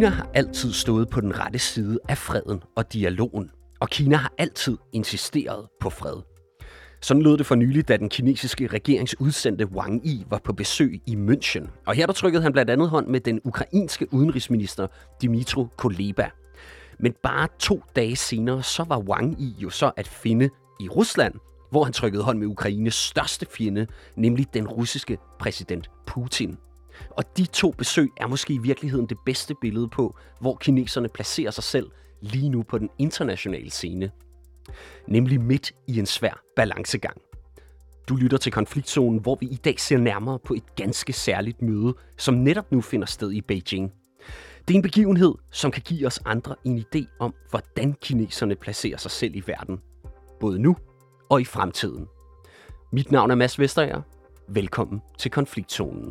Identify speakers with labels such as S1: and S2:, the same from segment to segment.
S1: Kina har altid stået på den rette side af freden og dialogen, og Kina har altid insisteret på fred. Sådan lød det for nylig, da den kinesiske regeringsudsendte Wang Yi var på besøg i München. Og her der trykkede han blandt andet hånd med den ukrainske udenrigsminister Dmytro Kuleba. Men bare 2 dage senere, så var Wang Yi jo så at finde i Rusland, hvor han trykkede hånd med Ukraines største fjende, nemlig den russiske præsident Putin. Og de 2 besøg er måske i virkeligheden det bedste billede på, hvor kineserne placerer sig selv lige nu på den internationale scene. Nemlig midt i en svær balancegang. Du lytter til Konfliktzonen, hvor vi i dag ser nærmere på et ganske særligt møde, som netop nu finder sted i Beijing. Det er en begivenhed, som kan give os andre en idé om, hvordan kineserne placerer sig selv i verden. Både nu og i fremtiden. Mit navn er Mads Vesterager. Velkommen til Konfliktzonen.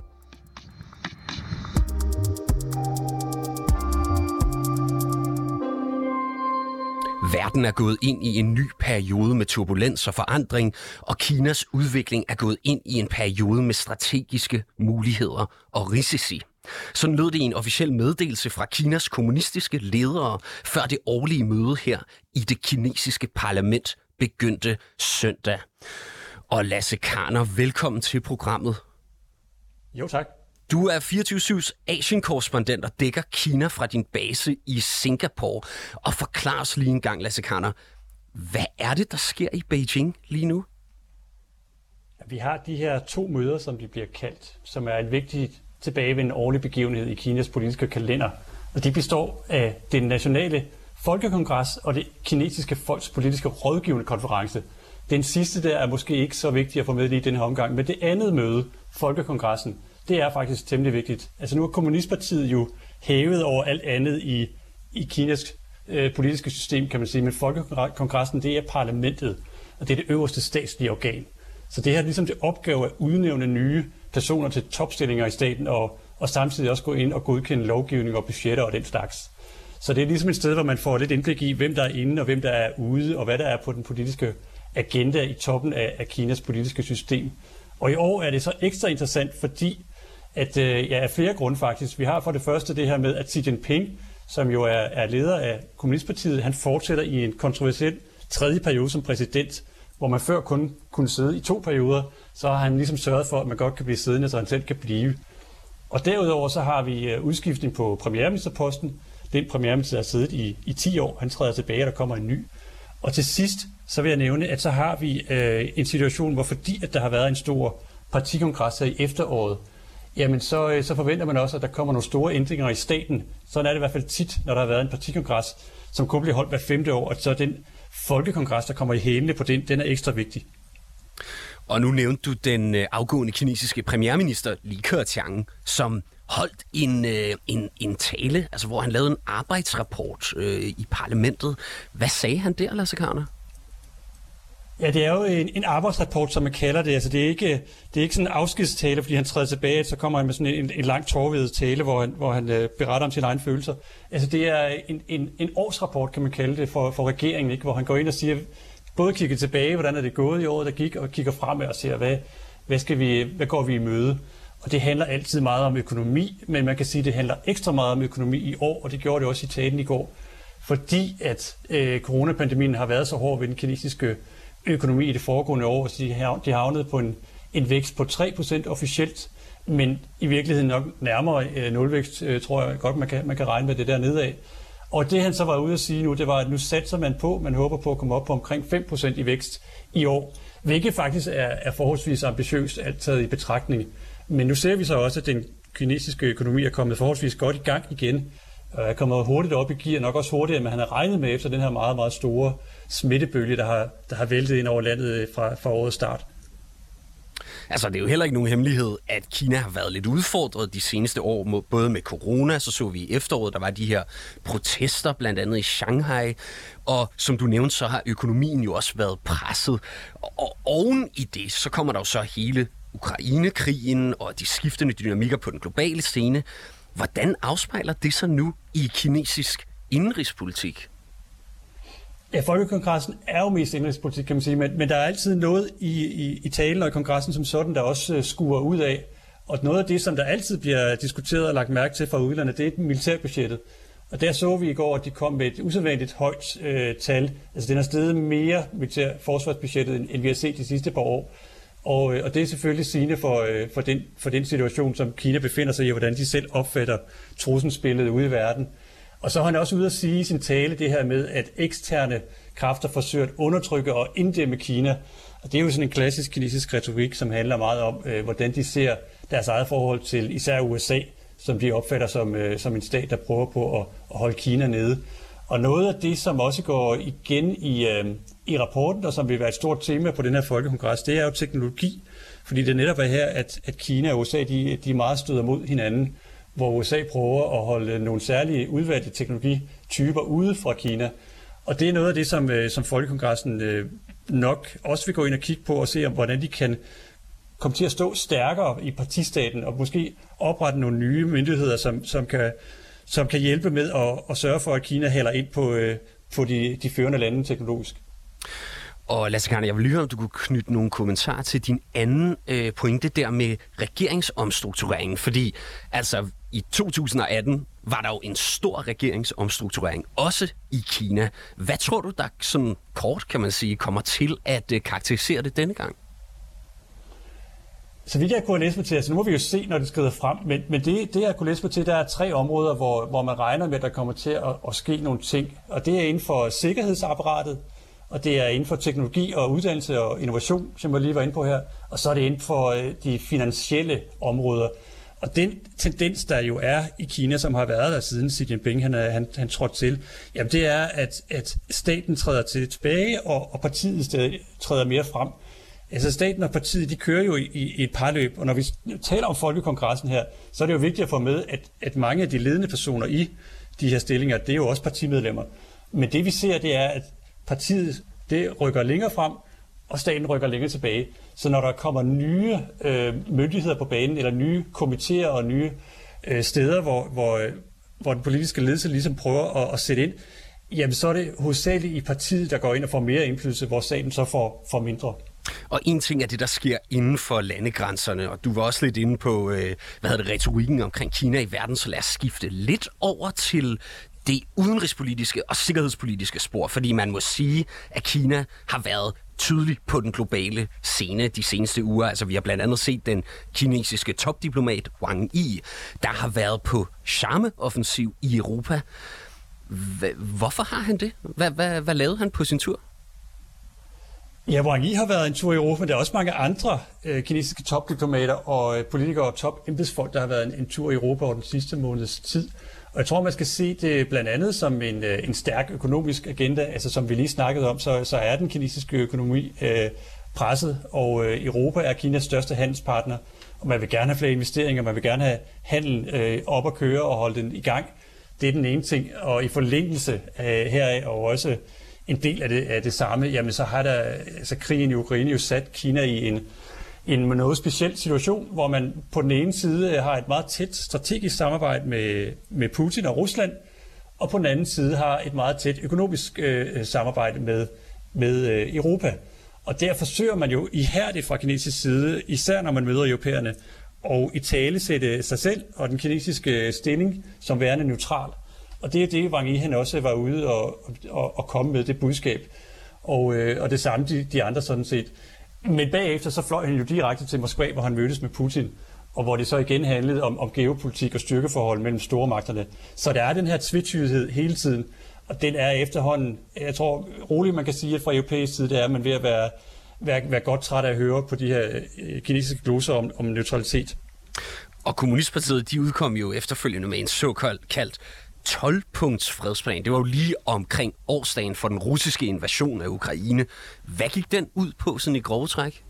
S1: Verden er gået ind i en ny periode med turbulens og forandring, og Kinas udvikling er gået ind i en periode med strategiske muligheder og risici. Sådan lød det i en officiel meddelelse fra Kinas kommunistiske ledere, før det årlige møde her i det kinesiske parlament begyndte søndag. Og Lasse Karner, velkommen til programmet.
S2: Jo, tak.
S1: Du er 24/7's Asien-korrespondent og dækker Kina fra din base i Singapore. Og forklar os lige en gang, Lasse Karner, hvad er det, der sker i Beijing lige nu?
S2: Vi har de her 2 møder, som de bliver kaldt, som er en vigtig tilbagevendende årlig begivenhed i Kinas politiske kalender. Og de består af den nationale folkekongres og det kinesiske folks politiske rådgivende konference. Den sidste der er måske ikke så vigtig at få med lige i den her omgang, men det andet møde, folkekongressen, det er faktisk temmelig vigtigt. Altså nu er kommunistpartiet jo hævet over alt andet i Kinas politiske system, kan man sige, men folkekongressen, det er parlamentet, og det er det øverste statslige organ. Så det her er ligesom det opgave at udnævne nye personer til topstillinger i staten, og samtidig også gå ind og godkende lovgivning og budgetter og den slags. Så det er ligesom et sted, hvor man får lidt indblik i, hvem der er inde og hvem der er ude, og hvad der er på den politiske agenda i toppen af Kinas politiske system. Og i år er det så ekstra interessant, fordi at af flere grunde faktisk. Vi har for det første det her med, at Xi Jinping, som jo er leder af Kommunistpartiet, han fortsætter i en kontroversiel 3. periode som præsident, hvor man før kun kunne sidde i 2 perioder, så har han ligesom sørget for, at man godt kan blive siddende, så han selv kan blive. Og derudover så har vi udskiftning på premierministerposten. Den premierminister har siddet i 10 år, han træder tilbage, og der kommer en ny. Og til sidst, så vil jeg nævne, at så har vi en situation, hvor fordi at der har været en stor partikongres her i efteråret, jamen så forventer man også, at der kommer nogle store ændringer i staten. Sådan er det i hvert fald tit, når der har været en partikongres, som kun bliver holdt hver 5. år, og så den folkekongres, der kommer i hælene på den er ekstra vigtig.
S1: Og nu nævnte du den afgående kinesiske premierminister Li Keqiang, som holdt en tale, altså hvor han lavede en arbejdsrapport i parlamentet. Hvad sagde han der, Lasse Karner?
S2: Ja, det er jo en arbejdsrapport, som man kalder det. Altså, det er ikke sådan en afskedstale, fordi han træder tilbage, så kommer han med sådan en lang tårevædet tale, hvor han beretter om sine egne følelser. Altså, det er en årsrapport, kan man kalde det, for regeringen, ikke? Hvor han går ind og siger, både kigger tilbage, hvordan er det gået i året, der gik, og kigger fremad og siger, hvad går vi i møde? Og det handler altid meget om økonomi, men man kan sige, at det handler ekstra meget om økonomi i år, og det gjorde det også i talen i går, fordi at coronapandemien har været så hård ved den kinesiske økonomi i det foregående år, så de havnede på en vækst på 3% officielt, men i virkeligheden nok nærmere nulvækst, tror jeg godt, man kan regne med det der nedad. Og det han så var ude at sige nu, det var, at nu satser man håber på at komme op på omkring 5% i vækst i år, hvilket faktisk er forholdsvis ambitiøst alt taget i betragtning. Men nu ser vi så også, at den kinesiske økonomi er kommet forholdsvis godt i gang igen, og er kommet hurtigt op i gear, nok også hurtigere, end han havde regnet med efter den her meget, meget store smittebølge, der har væltet ind over landet fra årets start.
S1: Altså, det er jo heller ikke nogen hemmelighed, at Kina har været lidt udfordret de seneste år, både med corona, så vi i efteråret, der var de her protester, blandt andet i Shanghai, og som du nævnte, så har økonomien jo også været presset. Og oven i det, så kommer der jo så hele Ukraine-krigen og de skiftende dynamikker på den globale scene. Hvordan afspejler det sig nu i kinesisk indenrigspolitik?
S2: Ja, Folkekongressen er jo mest indenrigspolitik, kan man sige, men der er altid noget i talen og i kongressen som sådan, der også skuer ud af. Og noget af det, som der altid bliver diskuteret og lagt mærke til fra udlandet, det er militærbudgettet. Og der så vi i går, at de kom med et usædvanligt højt tal. Altså den er steget mere militær forsvarsbudgettet, end vi har set de sidste par år. Og det er selvfølgelig sigende for den situation, som Kina befinder sig i, og hvordan de selv opfatter trusselsbilledet ude i verden. Og så har han også ude at sige i sin tale det her med, at eksterne kræfter forsøger at undertrykke og inddæmme Kina. Og det er jo sådan en klassisk kinesisk retorik, som handler meget om, hvordan de ser deres eget forhold til især USA, som de opfatter som en stat, der prøver på at holde Kina nede. Og noget af det, som også går igen i rapporten, og som vil være et stort tema på den her folkekongres, det er jo teknologi. Fordi det netop er her, at Kina og USA de meget støder mod hinanden, hvor USA prøver at holde nogle særlige udvalgte teknologityper ude fra Kina. Og det er noget af det, som folkekongressen nok også vil gå ind og kigge på og se, om hvordan de kan komme til at stå stærkere i partistaten og måske oprette nogle nye myndigheder, som kan hjælpe med at sørge for, at Kina hælder ind på de førende lande teknologisk.
S1: Og Lasse Karne, jeg vil lige høre, om du kunne knytte nogle kommentarer til din anden pointe der med regeringsomstruktureringen. Fordi altså i 2018 var der jo en stor regeringsomstrukturering, også i Kina. Hvad tror du, der sådan kort, kan man sige, kommer til at karakterisere det denne gang?
S2: Så vidt jeg kunne læse mig til, altså nu må vi jo se, når det skrider frem, men det jeg kunne læse mig til, der er 3 områder, hvor man regner med, at der kommer til at ske nogle ting. Og det er inden for sikkerhedsapparatet, og det er inden for teknologi og uddannelse og innovation, som jeg lige var inde på her, og så er det inden for de finansielle områder. Og den tendens, der jo er i Kina, som har været der siden Xi Jinping han trådte til, jamen det er, at staten træder tilbage, og partiet træder mere frem. Altså staten og partiet, de kører jo i et parløb, og når vi taler om folkekongressen her, så er det jo vigtigt at få med, at mange af de ledende personer i de her stillinger, det er jo også partimedlemmer. Men det vi ser, det er, at partiet det rykker længere frem, og staten rykker længere tilbage. Så når der kommer nye myndigheder på banen, eller nye komitéer og nye steder, hvor den politiske ledelse ligesom prøver at sætte ind, jamen så er det hovedsageligt i partiet, der går ind og får mere indflydelse, hvor staten så får mindre.
S1: Og en ting er det, der sker inden for landegrænserne, og du var også lidt inde på, retorikken omkring Kina i verden, så lad os skifte lidt over til det udenrigspolitiske og sikkerhedspolitiske spor, fordi man må sige, at Kina har været tydelig på den globale scene de seneste uger. Altså vi har blandt andet set den kinesiske topdiplomat Wang Yi, der har været på charmeoffensiv i Europa. Hvorfor har han det? Hvad lavede han på sin tur?
S2: Ja, Wang Yi har været en tur i Europa, men der er også mange andre kinesiske topdiplomater og politikere og topembedsfolk, der har været en tur i Europa over den sidste måneds tid. Og jeg tror, man skal se det blandt andet som en stærk økonomisk agenda. Altså som vi lige snakkede om, så er den kinesiske økonomi presset, og Europa er Kinas største handelspartner. Og man vil gerne have flere investeringer, man vil gerne have handel op at køre og holde den i gang. Det er den ene ting. Og i forlængelse heraf, og også en del af det samme, jamen så har der altså krigen i Ukraine jo sat Kina i en noget speciel situation, hvor man på den ene side har et meget tæt strategisk samarbejde med Putin og Rusland, og på den anden side har et meget tæt økonomisk samarbejde med Europa. Og der forsøger man jo ihærdigt fra kinesisk side, især når man møder europæerne, og italesætte sig selv og den kinesiske stilling som værende neutral. Og det er det, Wang Yi han også var ude og komme med det budskab. Og det samme de andre sådan set. Men bagefter så fløj han jo direkte til Moskva, hvor han mødtes med Putin, og hvor det så igen handlede om geopolitik og styrkeforhold mellem stormagterne. Så der er den her tvetydighed hele tiden, og den er efterhånden, jeg tror roligt man kan sige, at fra europæisk side, det er man ved at være godt træt af at høre på de her kinesiske gloser om neutralitet.
S1: Og Kommunistpartiet, de udkom jo efterfølgende med en såkaldt 12-punkts fredsplan. Det var jo lige omkring årsdagen for den russiske invasion af Ukraine. Hvad gik den ud på sådan i grove træk?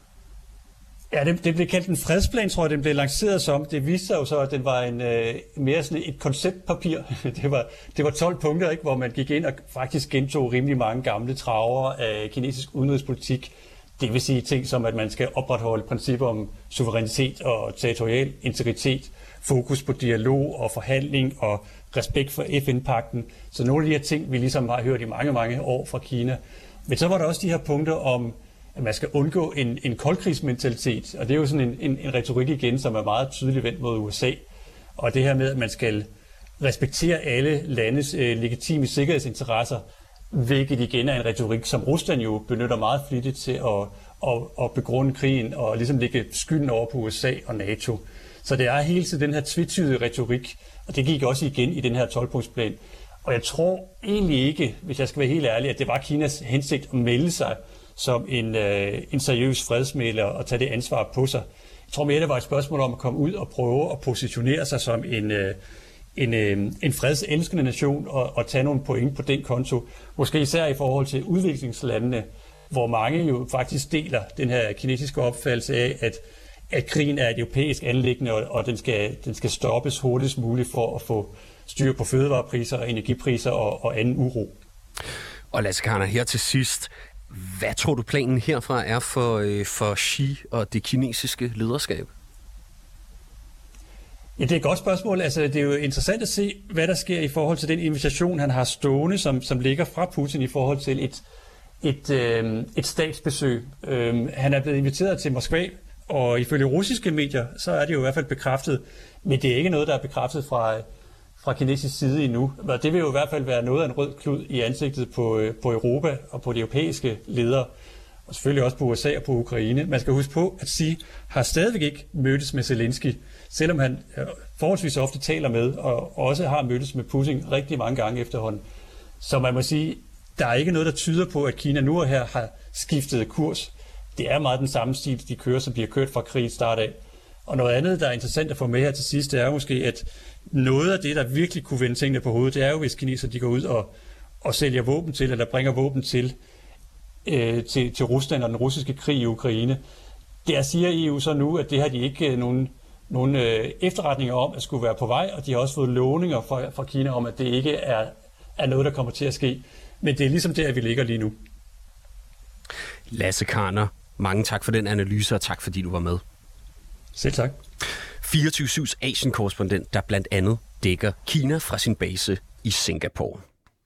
S2: Ja, det blev kaldt en fredsplan, tror jeg, den blev lanceret som. Det viste sig jo så, at den var mere sådan et konceptpapir. Det var 12 punkter, ikke, hvor man gik ind og faktisk gentog rimelig mange gamle traver af kinesisk udenrigspolitik. Det vil sige ting som, at man skal opretholde principper om suverænitet og territorial integritet, fokus på dialog og forhandling og respekt for FN-pagten. Så nogle af de her ting, vi ligesom har hørt i mange, mange år fra Kina. Men så var der også de her punkter om at man skal undgå en koldkrigsmentalitet, og det er jo sådan en retorik igen, som er meget tydeligt vendt mod USA. Og det her med, at man skal respektere alle landes legitime sikkerhedsinteresser, hvilket igen er en retorik, som Rusland jo benytter meget flittigt til at begrunde krigen og ligesom lægge skylden over på USA og NATO. Så det er hele tiden den her tvetydige retorik, og det gik også igen i den her 12-punktsplan. Og jeg tror egentlig ikke, hvis jeg skal være helt ærlig, at det var Kinas hensigt at melde sig som en seriøs fredsmægler og tage det ansvar på sig. Jeg tror mere, det var et spørgsmål om at komme ud og prøve at positionere sig som en fredselskende nation og tage nogle point på den konto. Måske især i forhold til udviklingslandene, hvor mange jo faktisk deler den her kinesiske opfattelse af, at krigen er et europæisk anliggende, og den skal stoppes hurtigst muligt for at få styr på fødevarepriser, energipriser og anden uro.
S1: Og Lasse Karner, her til sidst, hvad tror du planen herfra er for Xi og det kinesiske lederskab?
S2: Ja, det er et godt spørgsmål. Altså, det er jo interessant at se, hvad der sker i forhold til den invitation, han har stående, som ligger fra Putin i forhold til et statsbesøg. Han er blevet inviteret til Moskva, og ifølge russiske medier, så er det jo i hvert fald bekræftet, men det er ikke noget, der er bekræftet fra kinesisk side endnu. Og det vil jo i hvert fald være noget af en rød klud i ansigtet på Europa og på de europæiske ledere, og selvfølgelig også på USA og på Ukraine. Man skal huske på, at Xi har stadigvæk ikke mødtes med Zelensky, selvom han forholdsvis ofte taler med, og også har mødtes med Putin rigtig mange gange efterhånden. Så man må sige, der er ikke noget, der tyder på, at Kina nu og her har skiftet kurs. Det er meget den samme stil, de kører, som de har kørt fra krigens start af. Og noget andet, der er interessant at få med her til sidst, det er måske, at noget af det, der virkelig kunne vende tingene på hovedet, det er jo, hvis kineser de går ud og sælger våben til, eller bringer våben til Rusland og den russiske krig i Ukraine. Der siger EU så nu, at det har de ikke nogen efterretninger om, at skulle være på vej, og de har også fået lovninger fra Kina om, at det ikke er noget, der kommer til at ske. Men det er ligesom der, vi ligger lige nu.
S1: Lasse Karner, mange tak for den analyse, og tak fordi du var med.
S2: Selv tak.
S1: 24/7's Asien-korrespondent, der blandt andet dækker Kina fra sin base i Singapore.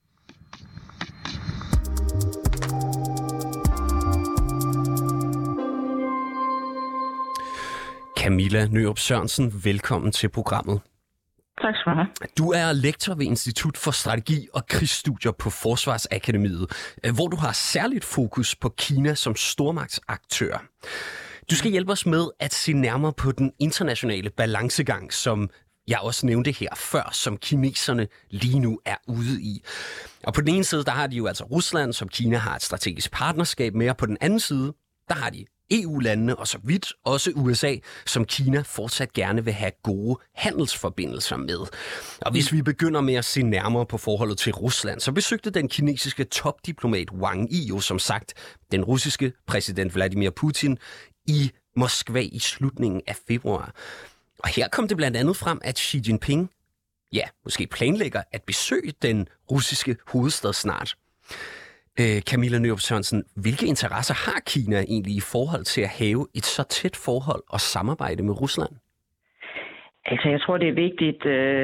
S1: Camilla Nørup Sørensen, velkommen til programmet.
S3: Tak skal du have.
S1: Du er lektor ved Institut for Strategi og Krigsstudier på Forsvarsakademiet, hvor du har særligt fokus på Kina som stormagtsaktør. Du skal hjælpe os med at se nærmere på den internationale balancegang, som jeg også nævnte her før, som kineserne lige nu er ude i. Og på den ene side, der har de jo altså Rusland, som Kina har et strategisk partnerskab med, og på den anden side, der har de EU-landene og så vidt også USA, som Kina fortsat gerne vil have gode handelsforbindelser med. Og hvis vi begynder med at se nærmere på forholdet til Rusland, så besøgte den kinesiske topdiplomat Wang Yi jo som sagt den russiske præsident Vladimir Putin i Moskva i slutningen af februar. Og her kom det blandt andet frem, at Xi Jinping, måske planlægger at besøge den russiske hovedstad snart. Camilla Nørup Sørensen, hvilke interesser har Kina egentlig i forhold til at have et så tæt forhold og samarbejde med Rusland?
S3: Altså, jeg tror, det er vigtigt,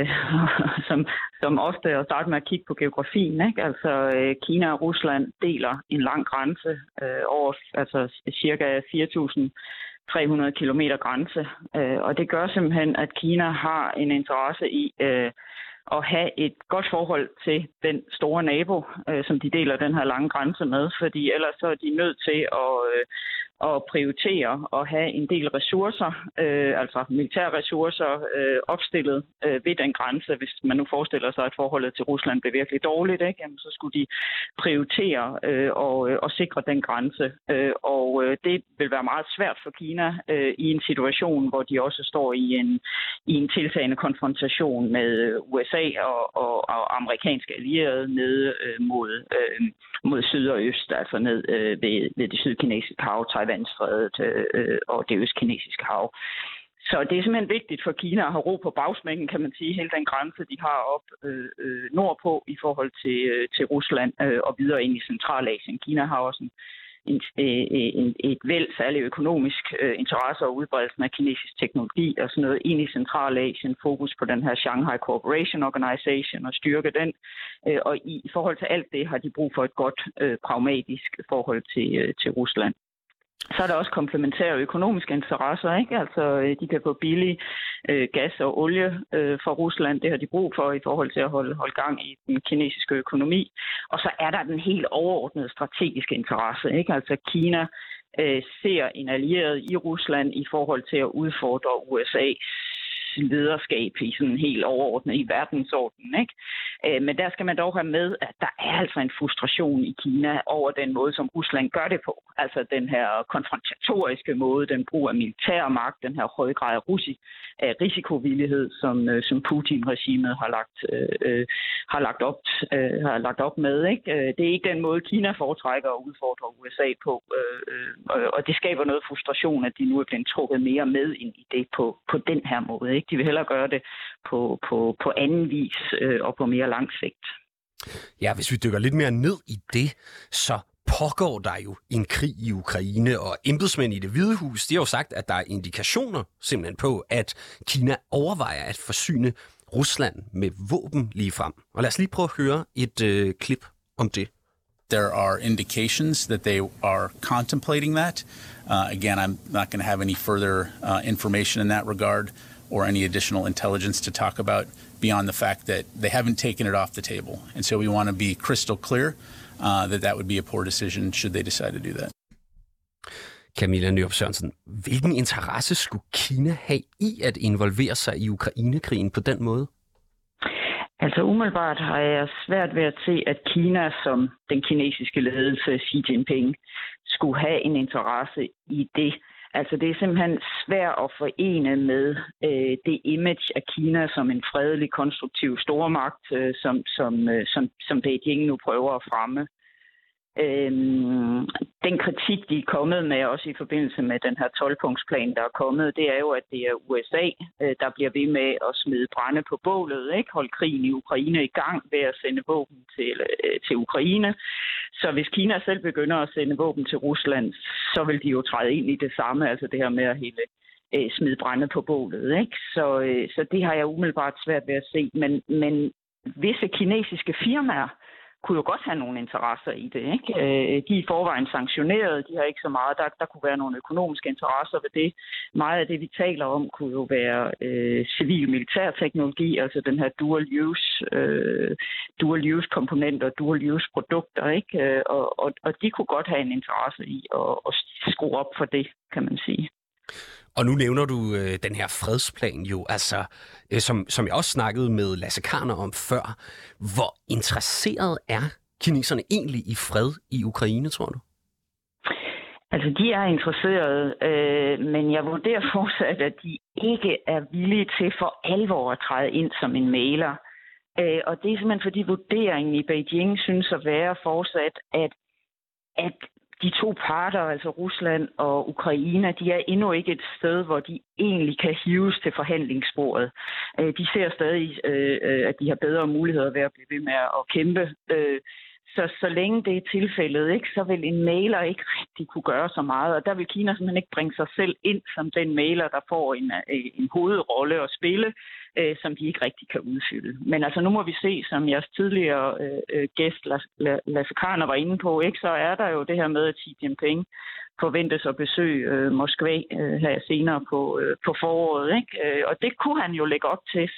S3: som ofte at starte med at kigge på geografien. Ikke? Altså, Kina og Rusland deler en lang grænse over cirka 4.300 kilometer grænse. Og det gør simpelthen, at Kina har en interesse i at have et godt forhold til den store nabo, som de deler den her lange grænse med, fordi ellers så er de nødt til at prioritere og have en del ressourcer, altså militære ressourcer, opstillet ved den grænse. Hvis man nu forestiller sig, at forholdet til Rusland blev virkelig dårligt, ikke? Jamen, så skulle de prioritere og sikre den grænse. Og det vil være meget svært for Kina i en situation, hvor de også står i en tiltagende konfrontation med USA og amerikanske allierede nede mod syd og øst, altså ned ved det sydkinesiske hav, Taiwanstrædet og det østkinesiske hav. Så det er simpelthen vigtigt for Kina at have ro på bagsmækken, kan man sige, hele den grænse, de har op nordpå i forhold til Rusland og videre ind i Centralasien. Kina har også et væld, særligt økonomisk interesse og udbredelsen af kinesisk teknologi og sådan noget ind i Centralasien, fokus på den her Shanghai Cooperation Organization og styrke den. Og i forhold til alt det har de brug for et godt pragmatisk forhold til Rusland. Så er der også komplementære økonomiske interesser, ikke? Altså, de kan få billig gas og olie fra Rusland. Det har de brug for i forhold til at holde gang i den kinesiske økonomi. Og så er der den helt overordnede strategiske interesse, ikke? Altså, Kina ser en allieret i Rusland i forhold til at udfordre USA's lederskab i sådan helt overordnet i verdensordenen, ikke? Men der skal man dog have med, at der er altså en frustration i Kina over den måde, som Rusland gør det på. Altså den her konfrontatoriske måde, den brug af militærmagt, den her høje grad af risikovillighed, som Putin-regimet har lagt op med, ikke? Det er ikke den måde, Kina foretrækker at udfordre USA på, og det skaber noget frustration, at de nu er blevet trukket mere med ind i det på den her måde, ikke? De vil hellere gøre det på anden vis og på mere lang sigt.
S1: Ja, hvis vi dykker lidt mere ned i det, så pågår der jo en krig i Ukraine, og embedsmænd i Det Hvide Hus, de har jo sagt, at der er indikationer simpelthen på, at Kina overvejer at forsyne Rusland med våben lige frem. Og lad os lige prøve at høre et klip om det.
S4: There are indications that they are contemplating that. Again, I'm not going to have any further information in that regard or any additional intelligence to talk about beyond the fact that they haven't taken it off the table. And so we want to be crystal clear that would be a poor decision should they decide to do that.
S1: Camilla Nørup Sørensen, hvilken interesse skulle Kina have i at involvere sig i Ukrainekrigen på den måde?
S3: Altså umiddelbart har jeg svært ved at se, at Kina som den kinesiske ledelse, Xi Jinping, skulle have en interesse i det. Altså det er simpelthen svært at forene med det image af Kina som en fredelig, konstruktiv stormagt, som Beijing nu prøver at fremme. Den kritik, de er kommet med, også i forbindelse med den her 12-punktsplan, der er kommet, det er jo, at det er USA, der bliver ved med at smide brænde på bålet, ikke? Holde krigen i Ukraine i gang ved at sende våben til Ukraine. Så hvis Kina selv begynder at sende våben til Rusland, så vil de jo træde ind i det samme, altså det her med at smide brænde på bålet, ikke? Så det har jeg umiddelbart svært ved at se. Men visse kinesiske firmaer kunne jo godt have nogle interesser i det, ikke? De er i forvejen sanktioneret, de har ikke så meget. Der kunne være nogle økonomiske interesser ved det. Meget af det, vi taler om, kunne jo være civil militærteknologi, altså den her dual use komponenter, dual use produkter, ikke? Og de kunne godt have en interesse i at skrue op for det, kan man sige.
S1: Og nu nævner du den her fredsplan jo, altså som jeg også snakkede med Lasse Karner om før. Hvor interesseret er kineserne egentlig i fred i Ukraine, tror du?
S3: Altså, de er interesserede, men jeg vurderer fortsat, at de ikke er villige til for alvor at træde ind som en mægler. Og det er simpelthen fordi vurderingen i Beijing synes at være fortsat, at de to parter, altså Rusland og Ukraine, de er endnu ikke et sted, hvor de egentlig kan hives til forhandlingsbordet. De ser stadig, at de har bedre muligheder ved at blive ved med at kæmpe. Så længe det er tilfældet, ikke, så vil en mægler ikke rigtig kunne gøre så meget. Og der vil Kina simpelthen ikke bringe sig selv ind som den mægler, der får en hovedrolle at spille, som de ikke rigtig kan udfylde. Men altså nu må vi se, som jeres tidligere gæst Lasse Karner var inde på, ikke, så er der jo det her med, at Xi Jinping forventes at besøge Moskva her senere på foråret, ikke? Og det kunne han jo lægge op til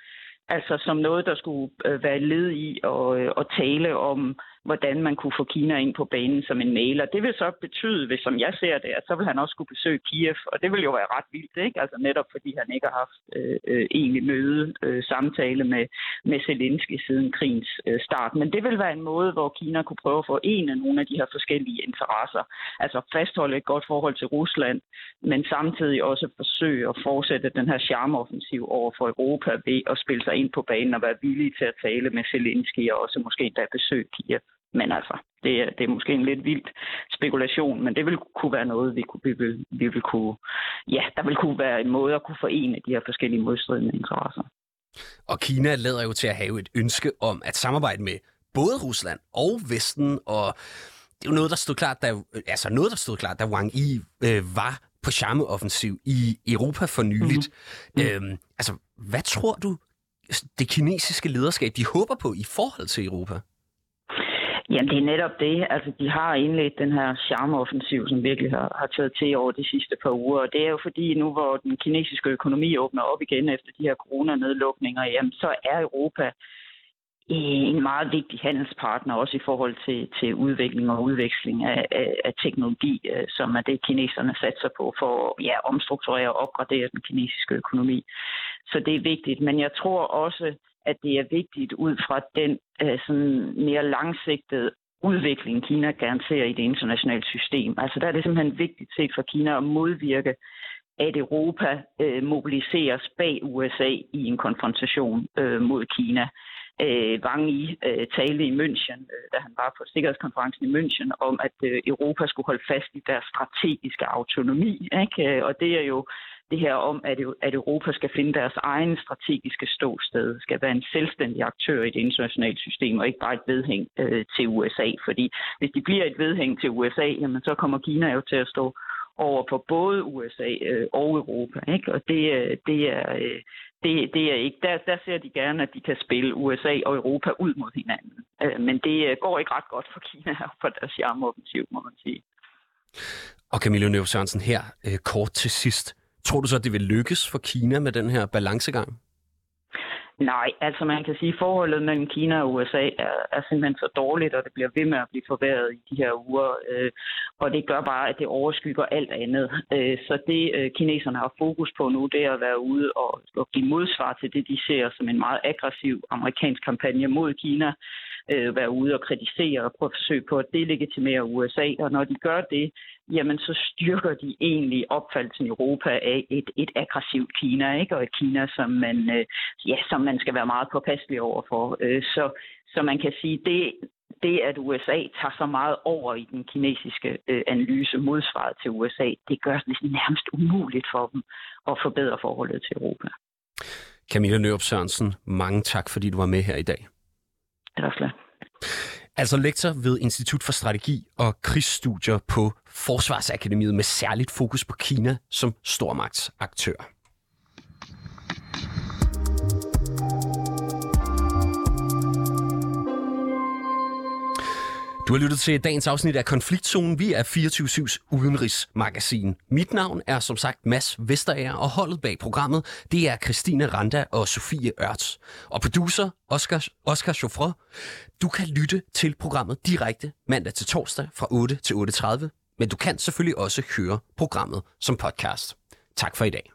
S3: som noget, der skulle være led i at tale om, hvordan man kunne få Kina ind på banen som en mægler. Det vil så betyde, hvis som jeg ser det, at så vil han også skulle besøge Kiev, og det vil jo være ret vildt, ikke? Altså netop fordi han ikke har haft egentlig samtale med Zelensky siden krigens start. Men det vil være en måde, hvor Kina kunne prøve at forene nogle af de her forskellige interesser. Altså fastholde et godt forhold til Rusland, men samtidig også forsøge at fortsætte den her charmeoffensiv over for Europa ved at spille sig ind på banen og være villige til at tale med Zelensky og også måske endda besøge Kiev. Men altså, det er måske en lidt vild spekulation, men det vil kunne være noget, vi vil kunne... Ja, der vil kunne være en måde at kunne forene de her forskellige modstridende interesser.
S1: Og Kina lader jo til at have et ønske om at samarbejde med både Rusland og Vesten, og det er jo noget, der stod klart, da Wang Yi var på charmeoffensiv i Europa for nyligt. Altså, hvad tror du, det kinesiske lederskab, de håber på i forhold til Europa?
S3: Jamen, det er netop det. Altså, de har indledt den her charmeoffensiv, som virkelig har taget til over de sidste par uger. Og det er jo fordi, nu hvor den kinesiske økonomi åbner op igen efter de her coronanedlukninger, jamen, så er Europa en meget vigtig handelspartner, også i forhold til udvikling og udveksling af teknologi, som er det, kineserne satser på for at omstrukturere og opgradere den kinesiske økonomi. Så det er vigtigt. Men jeg tror også, at det er vigtigt ud fra den sådan mere langsigtede udvikling, Kina gerne ser i det internationale system. Altså der er det simpelthen vigtigt set for Kina at modvirke, at Europa mobiliseres bag USA i en konfrontation mod Kina. Wang Yi talte i München, da han var på sikkerhedskonferencen i München, om at Europa skulle holde fast i deres strategiske autonomi. Ikke? Og det er jo det her om, at Europa skal finde deres egen strategiske ståsted, skal være en selvstændig aktør i det internationale system, og ikke bare et vedhæng til USA. Fordi hvis de bliver et vedhæng til USA, jamen, så kommer Kina jo til at stå over for både USA og Europa. Ikke? Og det er ikke. Der ser de gerne, at de kan spille USA og Europa ud mod hinanden. Men det går ikke ret godt for Kina og for deres charmeoffensiv, må man sige.
S1: Og Camilla Nørup Sørensen her, kort til sidst. Tror du så, at det vil lykkes for Kina med den her balancegang?
S3: Nej, altså man kan sige, at forholdet mellem Kina og USA er simpelthen så dårligt, og det bliver ved med at blive forværret i de her uger. Og det gør bare, at det overskygger alt andet. Så det kineserne har fokus på nu, det er at være ude og give modsvar til det, de ser som en meget aggressiv amerikansk kampagne mod Kina. Være ude og kritisere og prøve at forsøge på at delegitimere USA. Og når de gør det, jamen så styrker de egentlig opfattelsen i Europa af et aggressivt Kina, ikke? Og et Kina, som man skal være meget påpasselig overfor. Så man kan sige, det at USA tager så meget over i den kinesiske analyse modsvaret til USA, det gør det nærmest umuligt for dem at forbedre forholdet til Europa.
S1: Camilla Nørup Sørensen, mange tak, fordi du var med her i dag.
S3: Det var slet.
S1: Altså lektor ved Institut for Strategi og Krigsstudier på Forsvarsakademiet med særligt fokus på Kina som stormagtsaktør. Du har lyttet til dagens afsnit af Konfliktzonen. Vi er 24/7's udenrigsmagasin. Mit navn er som sagt Mads Vesterager, og holdet bag programmet, det er Christine Randa og Sofie Ørts. Og producer Oscar Chauffreux. Du kan lytte til programmet direkte mandag til torsdag fra 8 til 8:30, men du kan selvfølgelig også høre programmet som podcast. Tak for i dag.